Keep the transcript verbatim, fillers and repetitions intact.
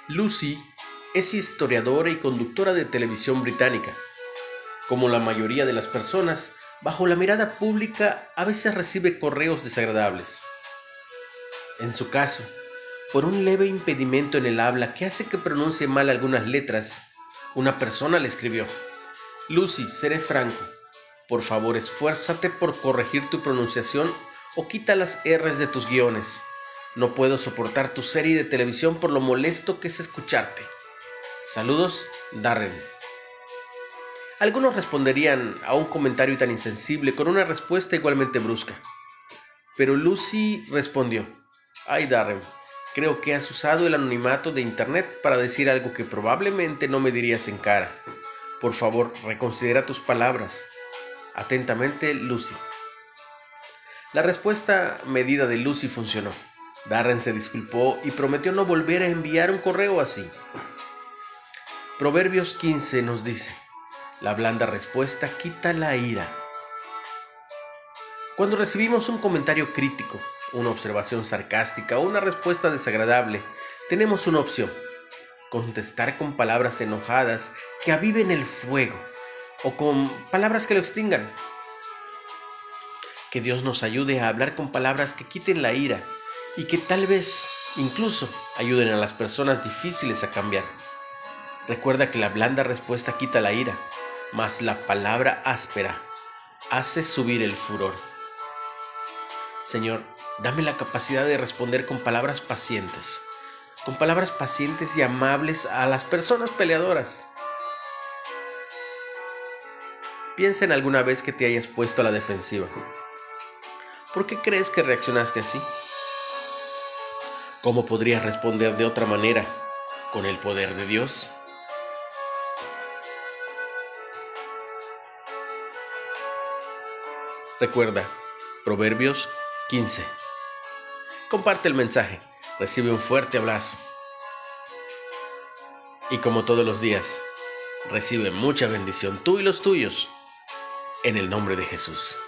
Lucy es historiadora y conductora de televisión británica. Como la mayoría de las personas, bajo la mirada pública a veces recibe correos desagradables. En su caso, por un leve impedimento en el habla que hace que pronuncie mal algunas letras, una persona le escribió: Lucy, seré franco. Por favor, esfuérzate por corregir tu pronunciación o quita las erres de tus guiones. No puedo soportar tu serie de televisión por lo molesto que es escucharte. Saludos, Darren. Algunos responderían a un comentario tan insensible con una respuesta igualmente brusca. Pero Lucy respondió: Ay, Darren, creo que has usado el anonimato de internet para decir algo que probablemente no me dirías en cara. Por favor, reconsidera tus palabras. Atentamente, Lucy. La respuesta medida de Lucy funcionó. Darren se disculpó y prometió no volver a enviar un correo así. Proverbios quince nos dice: la blanda respuesta quita la ira. Cuando recibimos un comentario crítico, una observación sarcástica o una respuesta desagradable, tenemos una opción: contestar con palabras enojadas que aviven el fuego o con palabras que lo extingan. Que Dios nos ayude a hablar con palabras que quiten la ira y que tal vez incluso ayuden a las personas difíciles a cambiar. Recuerda que la blanda respuesta quita la ira, mas la palabra áspera hace subir el furor. Señor, dame la capacidad de responder con palabras pacientes, con palabras pacientes y amables a las personas peleadoras. Piensa en alguna vez que te hayas puesto a la defensiva. ¿Por qué crees que reaccionaste así? ¿Cómo podrías responder de otra manera con el poder de Dios? Recuerda, Proverbios quince. Comparte el mensaje, recibe un fuerte abrazo y, como todos los días, recibe mucha bendición tú y los tuyos en el nombre de Jesús.